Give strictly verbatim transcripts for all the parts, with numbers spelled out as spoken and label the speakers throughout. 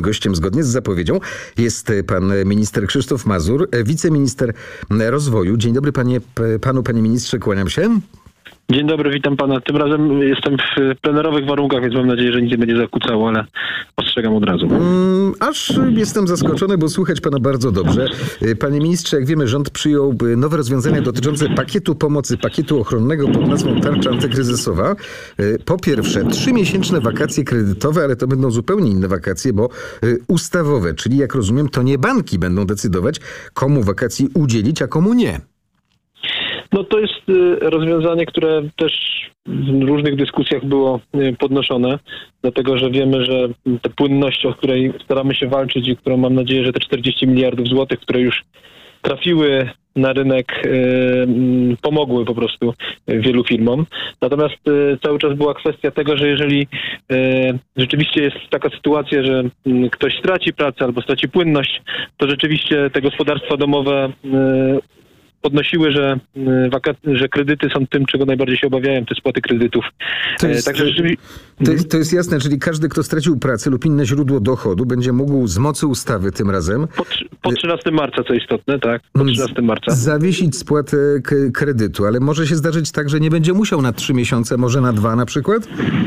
Speaker 1: gościem zgodnie z zapowiedzią jest pan minister Krzysztof Mazur, wiceminister rozwoju. Dzień dobry panie, panu, panie ministrze, kłaniam się.
Speaker 2: Dzień dobry, witam pana. Tym razem jestem w plenerowych warunkach, więc mam nadzieję, że nic nie będzie zakłócało, ale ostrzegam od razu.
Speaker 1: Mm, aż jestem zaskoczony, bo słychać pana bardzo dobrze. Panie ministrze, jak wiemy, rząd przyjął nowe rozwiązania dotyczące pakietu pomocy, pakietu ochronnego pod nazwą tarcza antykryzysowa. Po pierwsze, trzymiesięczne wakacje kredytowe, ale to będą zupełnie inne wakacje, bo ustawowe, czyli jak rozumiem, to nie banki będą decydować, komu wakacji udzielić, a komu nie.
Speaker 2: No to jest rozwiązanie, które też w różnych dyskusjach było podnoszone, dlatego że wiemy, że ta płynność, o której staramy się walczyć i którą mam nadzieję, że te czterdzieści miliardów złotych, które już trafiły na rynek, pomogły po prostu wielu firmom. Natomiast cały czas była kwestia tego, że jeżeli rzeczywiście jest taka sytuacja, że ktoś straci pracę albo straci płynność, to rzeczywiście te gospodarstwa domowe podnosiły, że, waka- że kredyty są tym, czego najbardziej się obawiają, te spłaty kredytów.
Speaker 1: To jest, Także rzeczywiście... to, jest, to jest jasne, czyli każdy, kto stracił pracę lub inne źródło dochodu, będzie mógł z mocy ustawy tym razem...
Speaker 2: Po, po trzynastego marca, co istotne, tak? Po trzynastego marca.
Speaker 1: Zawiesić spłatę k- kredytu, ale może się zdarzyć tak, że nie będzie musiał na trzy miesiące, może na dwa na przykład?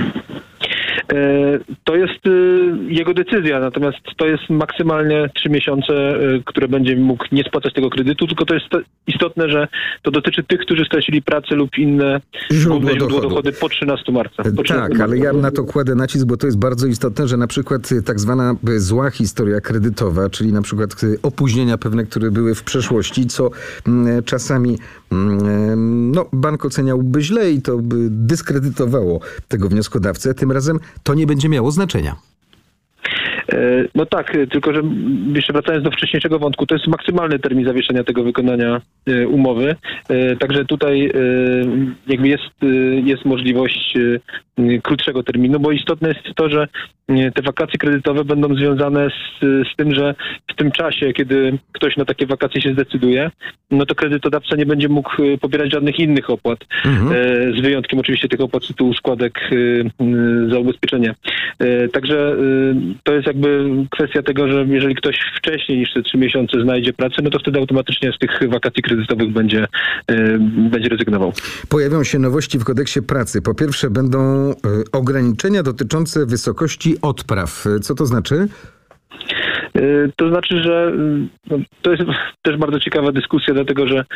Speaker 2: To jest jego decyzja, natomiast to jest maksymalnie trzy miesiące, które będzie mógł nie spłacać tego kredytu, tylko to jest istotne, że to dotyczy tych, którzy stracili pracę lub inne źródło, źródło dochody po trzynastego marca. Po trzynastego
Speaker 1: tak,
Speaker 2: marca.
Speaker 1: Ale ja na to kładę nacisk, bo to jest bardzo istotne, że na przykład tak zwana zła historia kredytowa, czyli na przykład opóźnienia pewne, które były w przeszłości, co czasami no, bank oceniałby źle i to by dyskredytowało tego wnioskodawcę, tym razem to nie będzie miało znaczenia.
Speaker 2: No tak, tylko że jeszcze wracając do wcześniejszego wątku, to jest maksymalny termin zawieszenia tego wykonania umowy. Także tutaj jakby jest, jest możliwość krótszego terminu, bo istotne jest to, że te wakacje kredytowe będą związane z, z tym, że w tym czasie, kiedy ktoś na takie wakacje się zdecyduje, no to kredytodawca nie będzie mógł pobierać żadnych innych opłat, mhm. z wyjątkiem oczywiście tych opłat z tytułu składek za ubezpieczenie. Także to jest jakby kwestia tego, że jeżeli ktoś wcześniej niż te trzy miesiące znajdzie pracę, no to wtedy automatycznie z tych wakacji kredytowych będzie, będzie rezygnował.
Speaker 1: Pojawią się nowości w kodeksie pracy. Po pierwsze będą ograniczenia dotyczące wysokości odpraw. Co to znaczy?
Speaker 2: To znaczy, że no, to jest też bardzo ciekawa dyskusja, dlatego że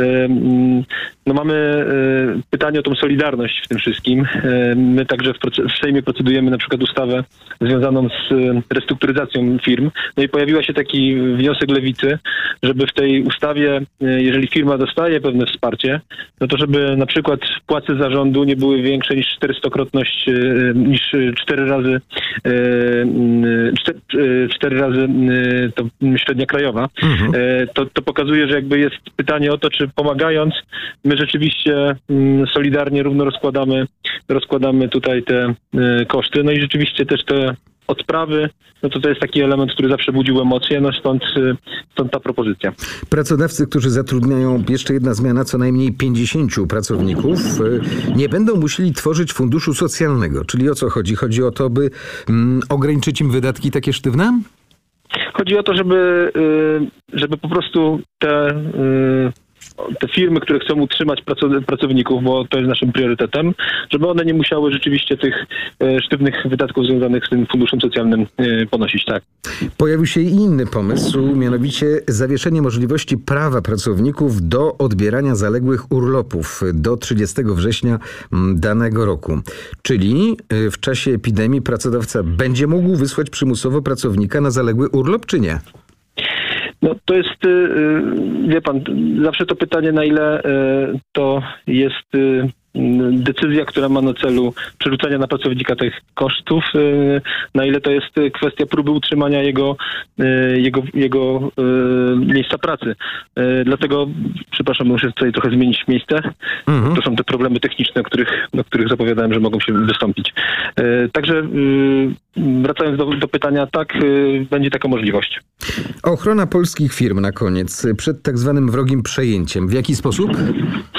Speaker 2: no, mamy pytanie o tą solidarność w tym wszystkim. My także w, proce- w Sejmie procedujemy na przykład ustawę związaną z restrukturyzacją firm. No i pojawiła się taki wniosek Lewicy, żeby w tej ustawie, jeżeli firma dostaje pewne wsparcie, no to żeby na przykład płace zarządu nie były większe niż czterystokrotność, niż cztery razy cztery, cztery razy to średnia krajowa. Mhm. To, to pokazuje, że jakby jest pytanie o to, czy pomagając, my rzeczywiście solidarnie, równo rozkładamy, rozkładamy tutaj te koszty. No i rzeczywiście też te odprawy, no to to jest taki element, który zawsze budził emocje, no stąd, stąd ta propozycja.
Speaker 1: Pracodawcy, którzy zatrudniają, jeszcze jedna zmiana, co najmniej pięćdziesięciu pracowników, nie będą musieli tworzyć funduszu socjalnego. Czyli o co chodzi? Chodzi o to, by mm, ograniczyć im wydatki takie sztywne?
Speaker 2: Chodzi o to, żeby, żeby po prostu te, te firmy, które chcą utrzymać pracowników, bo to jest naszym priorytetem, żeby one nie musiały rzeczywiście tych sztywnych wydatków związanych z tym funduszem socjalnym ponosić. Tak.
Speaker 1: Pojawił się i inny pomysł, mianowicie zawieszenie możliwości prawa pracowników do odbierania zaległych urlopów do trzydziestego września danego roku. Czyli w czasie epidemii pracodawca będzie mógł wysłać przymusowo pracownika na zaległy urlop, czy nie?
Speaker 2: No to jest, wie pan, zawsze to pytanie, na ile to jest decyzja, która ma na celu przerzucenia na pracownika tych kosztów, na ile to jest kwestia próby utrzymania jego, jego, jego miejsca pracy. Dlatego, przepraszam, muszę tutaj trochę zmienić miejsce. Mhm. To są te problemy techniczne, o których, o których zapowiadałem, że mogą się wystąpić. Także wracając do, do pytania, tak, będzie taka możliwość.
Speaker 1: Ochrona polskich firm na koniec przed tak zwanym wrogim przejęciem. W jaki sposób?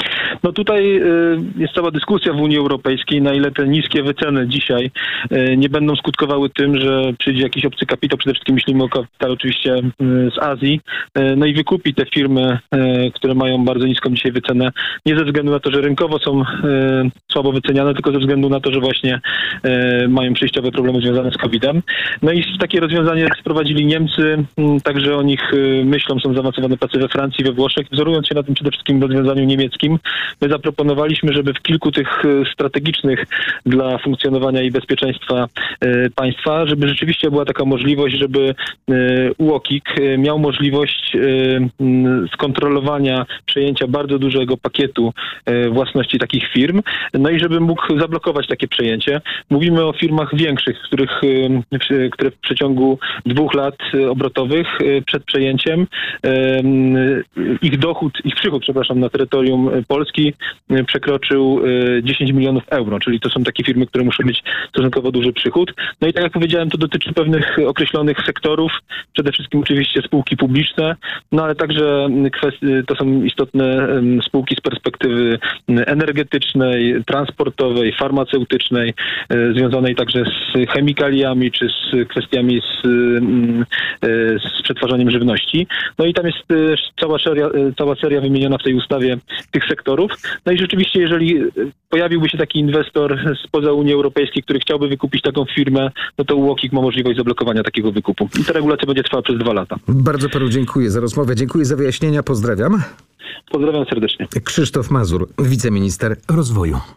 Speaker 2: No tutaj jest cała dyskusja w Unii Europejskiej, na ile te niskie wyceny dzisiaj nie będą skutkowały tym, że przyjdzie jakiś obcy kapitał, przede wszystkim myślimy o kapitale oczywiście z Azji, no i wykupi te firmy, które mają bardzo niską dzisiaj wycenę, nie ze względu na to, że rynkowo są słabo wyceniane, tylko ze względu na to, że właśnie mają przejściowe problemy związane z kowidem. No i takie rozwiązanie sprowadzili Niemcy, także o nich myślą, są zaawansowane prace we Francji, we Włoszech. Wzorując się na tym przede wszystkim rozwiązaniu niemieckim, my zaproponowaliśmy, żeby w kilku tych strategicznych dla funkcjonowania i bezpieczeństwa państwa, żeby rzeczywiście była taka możliwość, żeby U O K I K miał możliwość skontrolowania przejęcia bardzo dużego pakietu własności takich firm, no i żeby mógł zablokować takie przejęcie. Mówimy o firmach większych, których, które w przeciągu dwóch lat obrotowych przed przejęciem ich dochód, ich przychód, przepraszam, na terytorium Polski przekroczył dziesięć milionów euro, czyli to są takie firmy, które muszą mieć stosunkowo duży przychód. No i tak jak powiedziałem, to dotyczy pewnych określonych sektorów, przede wszystkim oczywiście spółki publiczne, no ale także kwestie, to są istotne spółki z perspektywy energetycznej, transportowej, farmaceutycznej, związanej także z chemikaliami czy z kwestiami z, z przetwarzaniem żywności. No i tam jest cała seria, cała seria wymieniona w tej ustawie tych sektorów. No i rzeczywiście, jeżeli pojawiłby się taki inwestor spoza Unii Europejskiej, który chciałby wykupić taką firmę, no to U O K I K ma możliwość zablokowania takiego wykupu. I ta regulacja będzie trwała przez dwa lata.
Speaker 1: Bardzo panu dziękuję za rozmowę. Dziękuję za wyjaśnienia. Pozdrawiam.
Speaker 2: Pozdrawiam serdecznie.
Speaker 1: Krzysztof Mazur, wiceminister rozwoju.